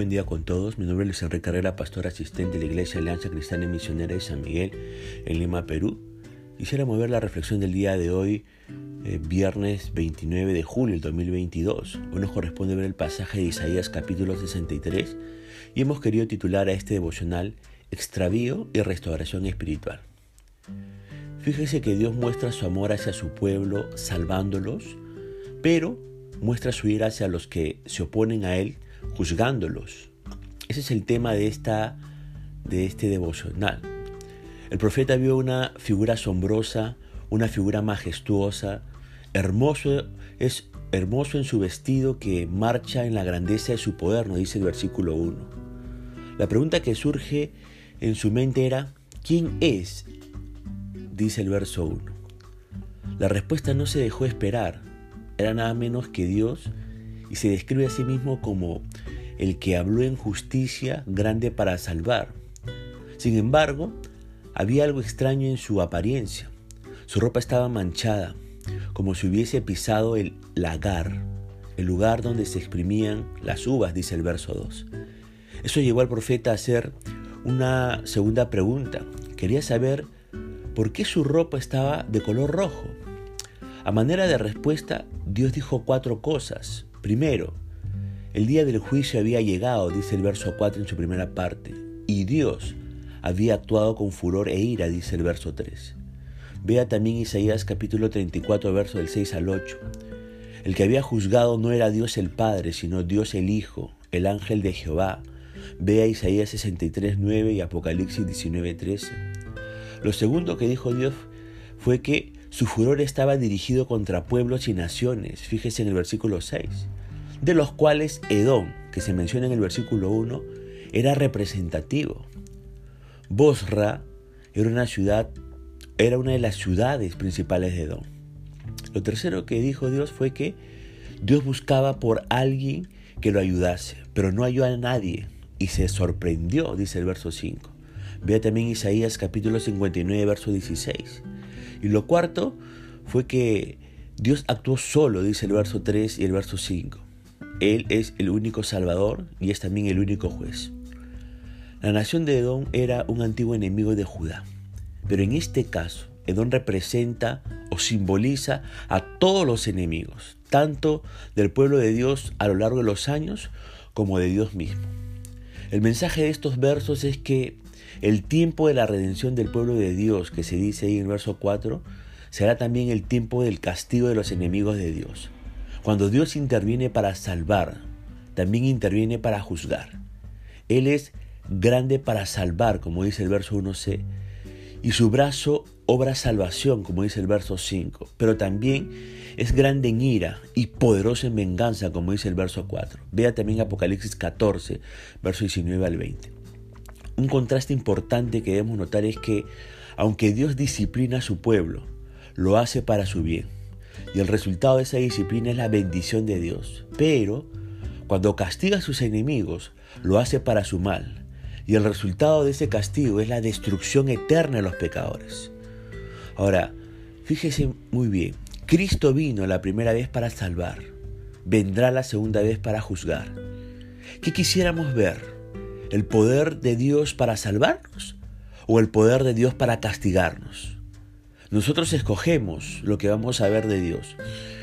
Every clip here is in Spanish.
buen día con todos. Mi nombre es Luis Enrique Herrera, pastor asistente de la Iglesia Alianza Cristiana y Misionera de San Miguel en Lima, Perú. Quisiera mover la reflexión del día de hoy, viernes 29 de julio del 2022. Hoy nos corresponde ver el pasaje de Isaías capítulo 63 y hemos querido titular a este devocional Extravío y restauración espiritual. Fíjese que Dios muestra su amor hacia su pueblo salvándolos, pero muestra su ira hacia los que se oponen a Él, juzgándolos. Ese es el tema de este devocional. El profeta vio una figura asombrosa, una figura majestuosa, es hermoso en su vestido que marcha en la grandeza de su poder, nos dice el versículo 1. La pregunta que surge en su mente era, ¿quién es? Dice el verso 1. La respuesta no se dejó esperar, era nada menos que Dios, y se describe a sí mismo como el que habló en justicia, grande para salvar. Sin embargo, había algo extraño en su apariencia. Su ropa estaba manchada, como si hubiese pisado el lagar, el lugar donde se exprimían las uvas, dice el verso 2. Eso llevó al profeta a hacer una segunda pregunta. Quería saber por qué su ropa estaba de color rojo. A manera de respuesta, Dios dijo 4 cosas. Primero, el día del juicio había llegado, dice el verso 4 en su primera parte, y Dios había actuado con furor e ira, dice el verso 3. Vea también Isaías capítulo 34, verso del 6 al 8. El que había juzgado no era Dios el Padre, sino Dios el Hijo, el ángel de Jehová. Vea Isaías 63, 9 y Apocalipsis 19, 13. Lo segundo que dijo Dios fue que su furor estaba dirigido contra pueblos y naciones, fíjese en el versículo 6, de los cuales Edom, que se menciona en el versículo 1, era representativo. Bosra era una de las ciudades principales de Edom. Lo tercero que dijo Dios fue que Dios buscaba por alguien que lo ayudase, pero no halló a nadie y se sorprendió, dice el verso 5. Vea también Isaías capítulo 59, verso 16. Y lo cuarto fue que Dios actuó solo, dice el verso 3 y el verso 5. Él es el único Salvador y es también el único juez. La nación de Edom era un antiguo enemigo de Judá, pero en este caso, Edom representa o simboliza a todos los enemigos, tanto del pueblo de Dios a lo largo de los años como de Dios mismo. El mensaje de estos versos es que el tiempo de la redención del pueblo de Dios, que se dice ahí en el verso 4, será también el tiempo del castigo de los enemigos de Dios. Cuando Dios interviene para salvar, también interviene para juzgar. Él es grande para salvar, como dice el verso 1c, y su brazo obra salvación, como dice el verso 5, pero también es grande en ira y poderoso en venganza, como dice el verso 4. Vea también Apocalipsis 14, versos 19 al 20. Un contraste importante que debemos notar es que, aunque Dios disciplina a su pueblo, lo hace para su bien. Y el resultado de esa disciplina es la bendición de Dios. Pero, cuando castiga a sus enemigos, lo hace para su mal. Y el resultado de ese castigo es la destrucción eterna de los pecadores. Ahora, fíjese muy bien. Cristo vino la primera vez para salvar. Vendrá la segunda vez para juzgar. ¿Qué quisiéramos ver? ¿El poder de Dios para salvarnos o el poder de Dios para castigarnos? Nosotros escogemos lo que vamos a ver de Dios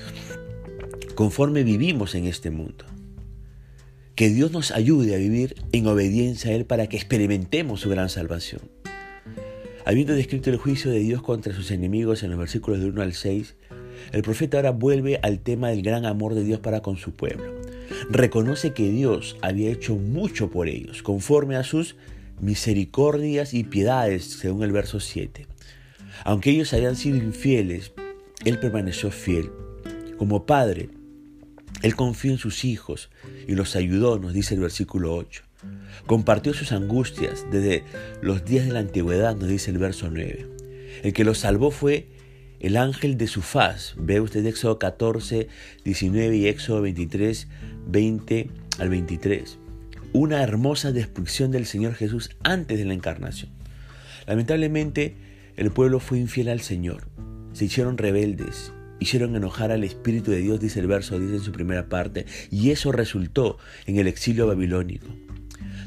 conforme vivimos en este mundo. Que Dios nos ayude a vivir en obediencia a Él para que experimentemos su gran salvación. Habiendo descrito el juicio de Dios contra sus enemigos en los versículos del 1 al 6, el profeta ahora vuelve al tema del gran amor de Dios para con su pueblo. Reconoce que Dios había hecho mucho por ellos, conforme a sus misericordias y piedades, según el verso 7. Aunque ellos habían sido infieles, Él permaneció fiel. Como padre, Él confió en sus hijos y los ayudó, nos dice el versículo 8. Compartió sus angustias desde los días de la antigüedad, nos dice el verso 9. El que los salvó fue el ángel de su faz. Ve usted Éxodo 14, 19 y Éxodo 23, 20 al 23. Una hermosa descripción del Señor Jesús antes de la encarnación. Lamentablemente, el pueblo fue infiel al Señor. Se hicieron rebeldes hicieron enojar al Espíritu de Dios, dice el verso 10 en su primera parte, y eso resultó en el exilio babilónico.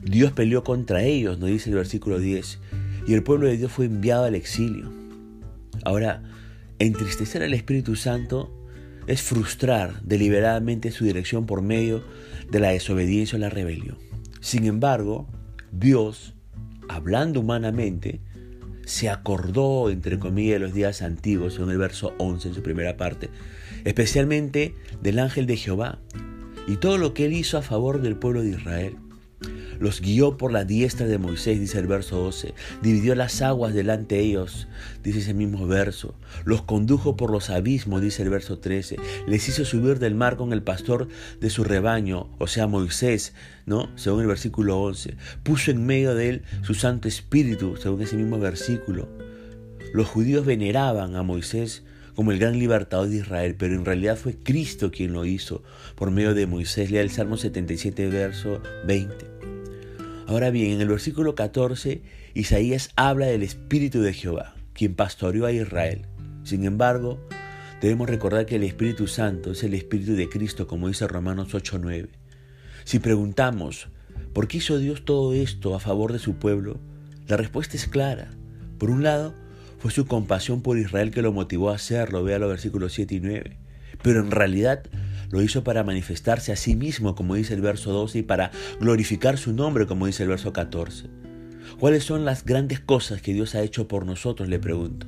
Dios peleó contra ellos, nos dice el versículo 10, y el pueblo de Dios fue enviado al exilio. Ahora, entristecer al Espíritu Santo es frustrar deliberadamente su dirección por medio de la desobediencia o la rebelión. Sin embargo, Dios, hablando humanamente, se acordó, entre comillas, de los días antiguos, según el verso 11 en su primera parte, especialmente del ángel de Jehová y todo lo que él hizo a favor del pueblo de Israel. Los guió por la diestra de Moisés, dice el verso 12. Dividió las aguas delante de ellos, dice ese mismo verso. Los condujo por los abismos, dice el verso 13. Les hizo subir del mar con el pastor de su rebaño, o sea, Moisés, ¿no? Según el versículo 11. Puso en medio de él su Santo Espíritu, según ese mismo versículo. Los judíos veneraban a Moisés como el gran libertador de Israel, pero en realidad fue Cristo quien lo hizo por medio de Moisés. Lea el Salmo 77, verso 20. Ahora bien, en el versículo 14, Isaías habla del Espíritu de Jehová, quien pastoreó a Israel. Sin embargo, debemos recordar que el Espíritu Santo es el Espíritu de Cristo, como dice Romanos 8:9. Si preguntamos, ¿por qué hizo Dios todo esto a favor de su pueblo? La respuesta es clara. Por un lado, fue su compasión por Israel que lo motivó a hacerlo, vea los versículos 7 y 9. Pero en realidad lo hizo para manifestarse a sí mismo, como dice el verso 12, y para glorificar su nombre, como dice el verso 14. ¿Cuáles son las grandes cosas que Dios ha hecho por nosotros?, le pregunto.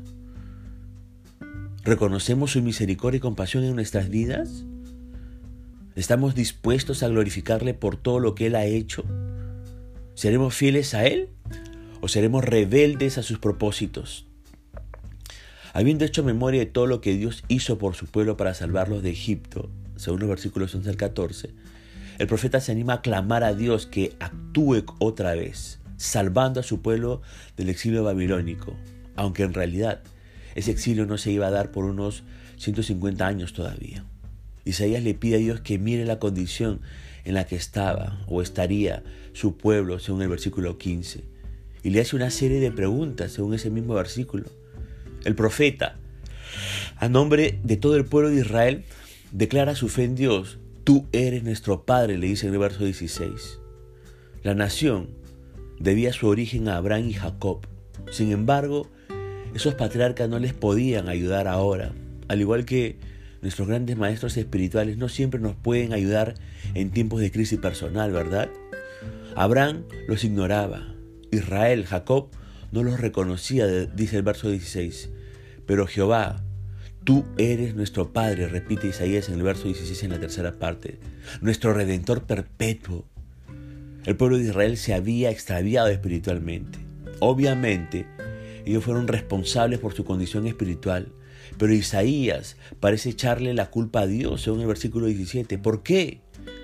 ¿Reconocemos su misericordia y compasión en nuestras vidas? ¿Estamos dispuestos a glorificarle por todo lo que Él ha hecho? ¿Seremos fieles a Él o seremos rebeldes a sus propósitos? Habiendo hecho memoria de todo lo que Dios hizo por su pueblo para salvarlos de Egipto, según los versículos 11 al 14, el profeta se anima a clamar a Dios que actúe otra vez, salvando a su pueblo del exilio babilónico, aunque en realidad ese exilio no se iba a dar por unos 150 años todavía. Isaías le pide a Dios que mire la condición en la que estaba o estaría su pueblo, según el versículo 15, y le hace una serie de preguntas, según ese mismo versículo. El profeta, a nombre de todo el pueblo de Israel, declara su fe en Dios. Tú eres nuestro Padre, le dice en el verso 16. La nación debía su origen a Abraham y Jacob. Sin embargo, esos patriarcas no les podían ayudar ahora. Al igual que nuestros grandes maestros espirituales no siempre nos pueden ayudar en tiempos de crisis personal, ¿verdad? Abraham los ignoraba. Israel, Jacob, no los reconocía, dice el verso 16. Pero Jehová, tú eres nuestro Padre, repite Isaías en el verso 16 en la tercera parte, nuestro Redentor perpetuo. El pueblo de Israel se había extraviado espiritualmente. Obviamente, ellos fueron responsables por su condición espiritual, pero Isaías parece echarle la culpa a Dios, según el versículo 17. ¿Por qué?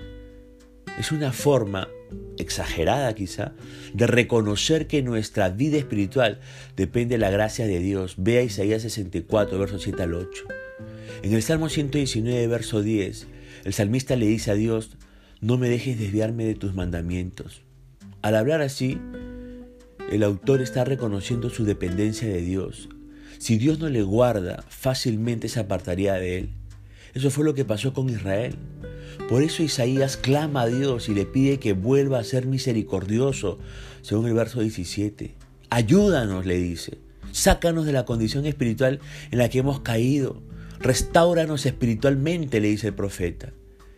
Es una forma exagerada quizá de reconocer que nuestra vida espiritual depende de la gracia de Dios. Vea Isaías 64, versos 7 al 8. En el Salmo 119, verso 10, el salmista le dice a Dios: no me dejes desviarme de tus mandamientos. Al hablar así, el autor está reconociendo su dependencia de Dios. Si Dios no le guarda, fácilmente se apartaría de él. Eso fue lo que pasó con Israel. Por eso Isaías clama a Dios y le pide que vuelva a ser misericordioso, según el verso 17. Ayúdanos, le dice. Sácanos de la condición espiritual en la que hemos caído. Restáuranos espiritualmente, le dice el profeta.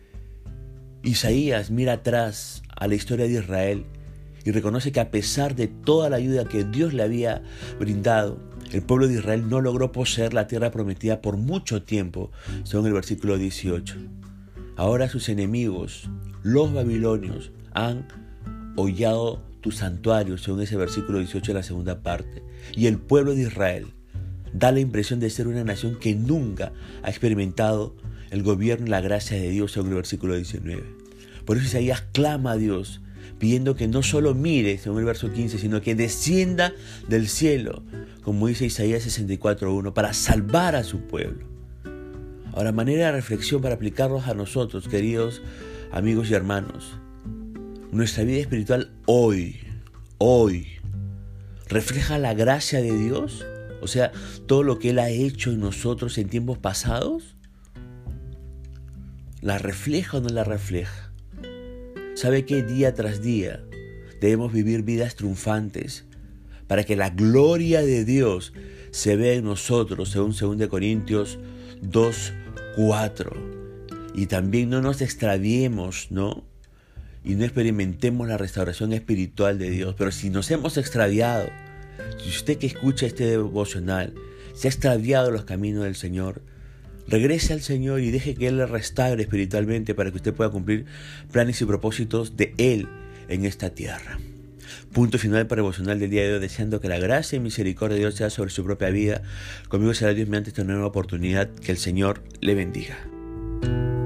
Isaías mira atrás a la historia de Israel y reconoce que a pesar de toda la ayuda que Dios le había brindado, el pueblo de Israel no logró poseer la tierra prometida por mucho tiempo, según el versículo 18. Ahora sus enemigos, los babilonios, han hollado tu santuario, según ese versículo 18 de la segunda parte. Y el pueblo de Israel da la impresión de ser una nación que nunca ha experimentado el gobierno y la gracia de Dios, según el versículo 19. Por eso Isaías clama a Dios, pidiendo que no solo mire, según el verso 15, sino que descienda del cielo, como dice Isaías 64:1, para salvar a su pueblo. Ahora, manera de reflexión para aplicarlos a nosotros, queridos amigos y hermanos. Nuestra vida espiritual hoy, ¿refleja la gracia de Dios? O sea, todo lo que Él ha hecho en nosotros en tiempos pasados. ¿La refleja o no la refleja? ¿Sabe que día tras día debemos vivir vidas triunfantes para que la gloria de Dios se vea en nosotros, según 2 Corintios 2:4. Y también no nos extraviemos, ¿no? Y no experimentemos la restauración espiritual de Dios. Pero si nos hemos extraviado, si usted que escucha este devocional se ha extraviado los caminos del Señor, regrese al Señor y deje que Él le restaure espiritualmente para que usted pueda cumplir planes y propósitos de Él en esta tierra. Punto final para el devocional del día de hoy, deseando que la gracia y misericordia de Dios sea sobre su propia vida. Conmigo será Dios mediante esta nueva oportunidad. Que el Señor le bendiga.